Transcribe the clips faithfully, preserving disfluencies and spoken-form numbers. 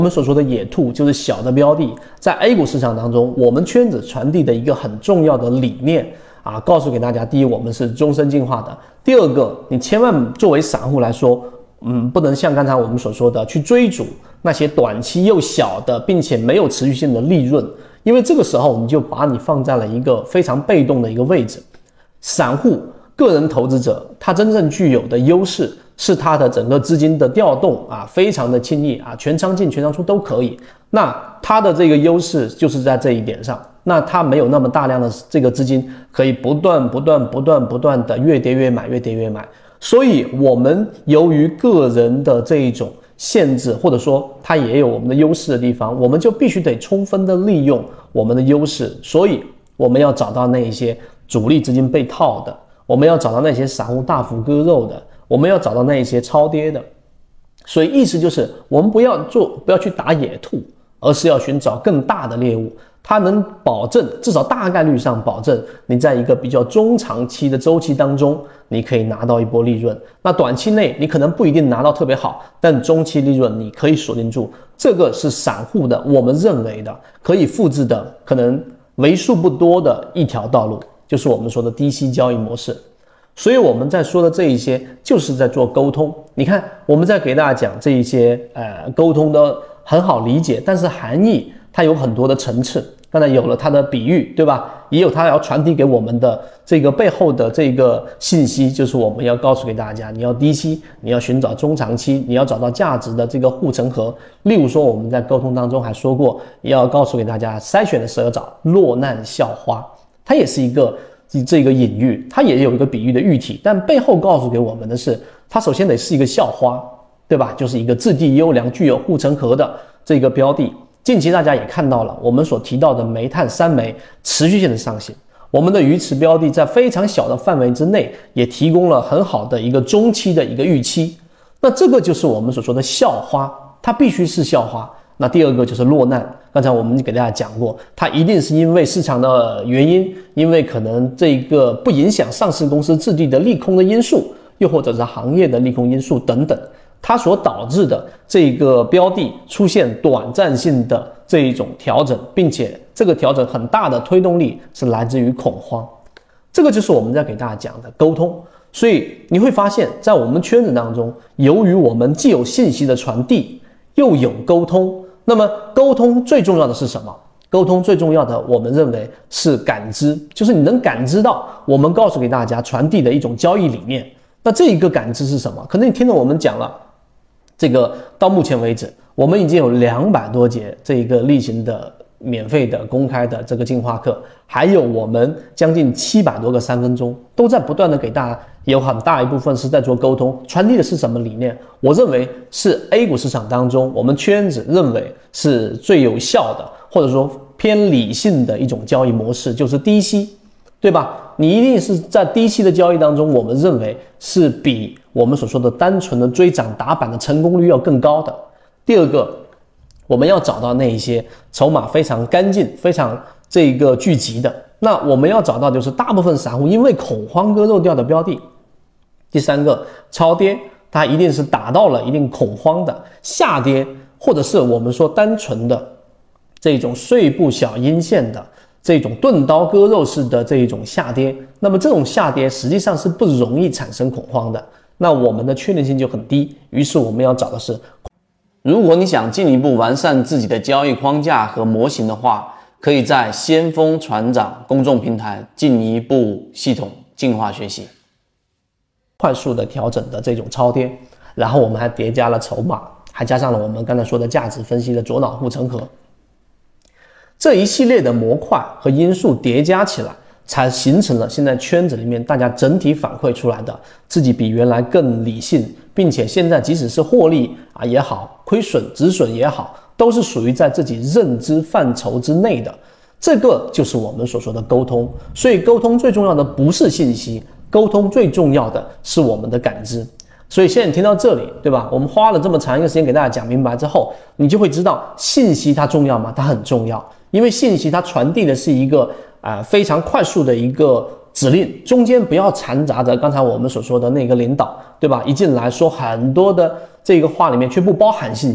我们所说的野兔就是小的标的，在 A 股市场当中，我们圈子传递的一个很重要的理念啊，告诉给大家：第一，我们是终身进化的；第二个，你千万作为散户来说，嗯，不能像刚才我们所说的去追逐那些短期又小的，并且没有持续性的利润，因为这个时候你就把你放在了一个非常被动的一个位置。散户、个人投资者，他真正具有的优势是他的整个资金的调动啊，非常的轻易啊，全仓进全仓出都可以。那他的这个优势就是在这一点上，那他没有那么大量的这个资金可以不断不断不断不断的越跌越买，越跌越买。所以我们由于个人的这一种限制，或者说它也有我们的优势的地方，我们就必须得充分的利用我们的优势。所以我们要找到那一些主力资金被套的，我们要找到那些散户大幅割肉的，我们要找到那一些超跌的。所以意思就是我们不要做，不要去打野兔，而是要寻找更大的猎物，它能保证，至少大概率上保证你在一个比较中长期的周期当中，你可以拿到一波利润。那短期内你可能不一定拿到特别好，但中期利润你可以锁定住。这个是散户的，我们认为的可以复制的，可能为数不多的一条道路，就是我们说的低息交易模式。所以我们在说的这一些就是在做沟通。你看我们在给大家讲这一些呃沟通的很好理解，但是含义它有很多的层次。刚才有了它的比喻，对吧？也有它要传递给我们的这个背后的这个信息，就是我们要告诉给大家，你要低息，你要寻找中长期，你要找到价值的这个护城河。例如说我们在沟通当中还说过，也要告诉给大家，筛选的时候要找落难校花，它也是一个这个隐喻，它也有一个比喻的喻体，但背后告诉给我们的是，它首先得是一个校花，对吧？就是一个质地优良、具有护城河的这个标的。近期大家也看到了，我们所提到的煤炭三煤持续性的上行，我们的鱼池标的在非常小的范围之内，也提供了很好的一个中期的一个预期。那这个就是我们所说的校花，它必须是校花。那第二个就是落难，刚才我们给大家讲过，它一定是因为市场的原因，因为可能这个不影响上市公司质地的利空的因素，又或者是行业的利空因素等等，它所导致的这个标的出现短暂性的这一种调整，并且这个调整很大的推动力是来自于恐慌。这个就是我们在给大家讲的沟通。所以你会发现在我们圈子当中，由于我们既有信息的传递，又有沟通，那么沟通最重要的是什么？沟通最重要的我们认为是感知，就是你能感知到我们告诉给大家传递的一种交易理念。那这一个感知是什么？可能你听了我们讲了这个，到目前为止我们已经有两百多节这一个例行的免费的公开的这个进化课，还有我们将近七百多个三分钟，都在不断的给大家，有很大一部分是在做沟通，传递的是什么理念？我认为是 A 股市场当中我们圈子认为是最有效的，或者说偏理性的一种交易模式，就是低息，对吧？你一定是在低息的交易当中，我们认为是比我们所说的单纯的追涨打板的成功率要更高的。第二个，我们要找到那一些筹码非常干净、非常这个聚集的，那我们要找到就是大部分散户因为恐慌割肉掉的标的。第三个，超跌，它一定是打到了一定恐慌的下跌，或者是我们说单纯的这种碎步小阴线的这种钝刀割肉式的这一种下跌，那么这种下跌实际上是不容易产生恐慌的，那我们的确定性就很低。于是我们要找的是， 如果你想进一步完善自己的交易框架和模型的话，可以在先锋船长公众平台进一步系统进化学习。 快速的调整的这种超跌，然后我们还叠加了筹码，还加上了我们刚才说的价值分析的左脑护城河，这一系列的模块和因素叠加起来，才形成了现在圈子里面大家整体反馈出来的自己比原来更理性，并且现在即使是获利啊也好，亏损止损也好，都是属于在自己认知范畴之内的。这个就是我们所说的沟通。所以沟通最重要的不是信息，沟通最重要的是我们的感知。所以现在你听到这里，对吧？我们花了这么长一个时间给大家讲明白之后，你就会知道信息它重要吗？它很重要，因为信息它传递的是一个啊、呃、非常快速的一个指令，中间不要掺杂着刚才我们所说的那个领导，对吧？一进来说很多的这个话里面却不包含信息，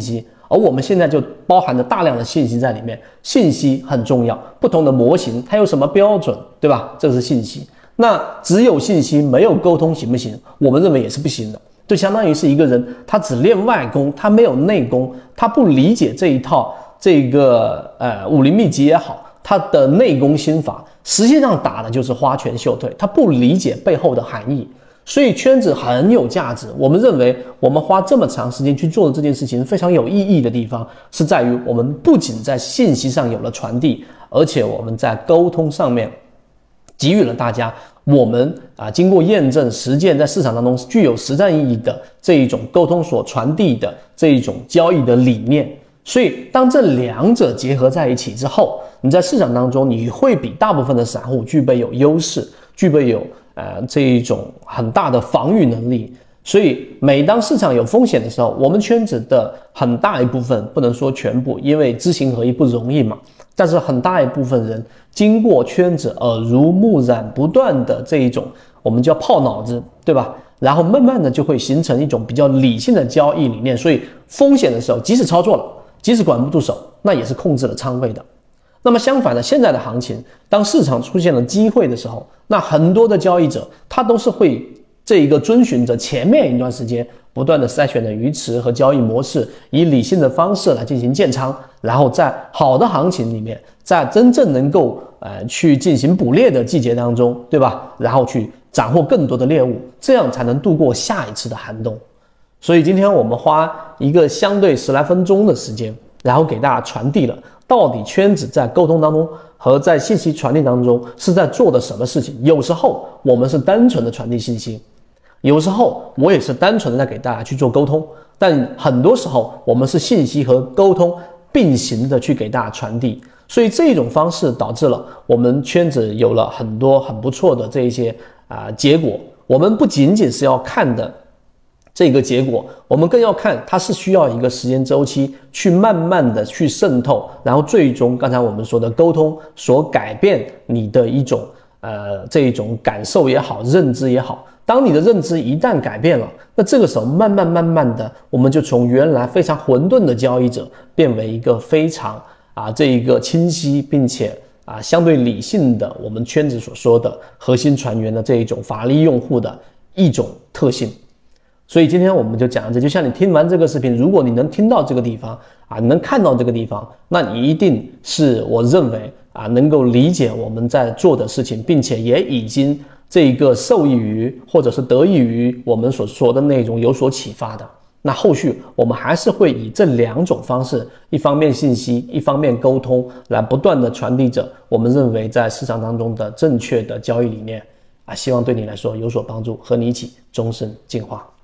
而我们现在就包含着大量的信息在里面，信息很重要，不同的模型它有什么标准，对吧？这是信息。那只有信息没有沟通行不行？我们认为也是不行的，就相当于是一个人他只练外功，他没有内功，他不理解这一套这个呃武林秘籍也好，他的内功心法实际上打的就是花拳绣腿，他不理解背后的含义。所以圈子很有价值，我们认为我们花这么长时间去做的这件事情非常有意义的地方，是在于我们不仅在信息上有了传递，而且我们在沟通上面给予了大家我们啊经过验证实践在市场当中具有实战意义的这一种沟通所传递的这一种交易的理念。所以当这两者结合在一起之后，你在市场当中你会比大部分的散户具备有优势，具备有呃，这一种很大的防御能力。所以每当市场有风险的时候，我们圈子的很大一部分，不能说全部，因为知行合一不容易嘛，但是很大一部分人经过圈子耳濡目染，不断的这一种我们叫泡脑子，对吧？然后慢慢的就会形成一种比较理性的交易理念。所以风险的时候即使操作了，即使管不住手，那也是控制了仓位的。那么相反的，现在的行情，当市场出现了机会的时候，那很多的交易者他都是会这一个遵循着前面一段时间不断的筛选的鱼池和交易模式，以理性的方式来进行建仓，然后在好的行情里面，在真正能够呃去进行捕猎的季节当中，对吧？然后去斩获更多的猎物，这样才能度过下一次的寒冬。所以今天我们花一个相对十来分钟的时间，然后给大家传递了到底圈子在沟通当中和在信息传递当中是在做的什么事情。有时候我们是单纯的传递信息，有时候我也是单纯的在给大家去做沟通，但很多时候我们是信息和沟通并行的去给大家传递。所以这种方式导致了我们圈子有了很多很不错的这一些啊、呃、结果。我们不仅仅是要看的这个结果，我们更要看它是需要一个时间周期去慢慢的去渗透，然后最终刚才我们说的沟通所改变你的一种呃这一种感受也好，认知也好。当你的认知一旦改变了，那这个时候慢慢慢慢的，我们就从原来非常混沌的交易者变为一个非常啊这一个清晰并且啊相对理性的我们圈子所说的核心船员的这一种法力用户的一种特性。所以今天我们就讲这，就像你听完这个视频，如果你能听到这个地方啊，能看到这个地方，那你一定是我认为啊能够理解我们在做的事情，并且也已经这个受益于或者是得益于我们所说的内容有所启发的。那后续我们还是会以这两种方式，一方面信息，一方面沟通，来不断的传递着我们认为在市场当中的正确的交易理念啊，希望对你来说有所帮助，和你一起终身进化。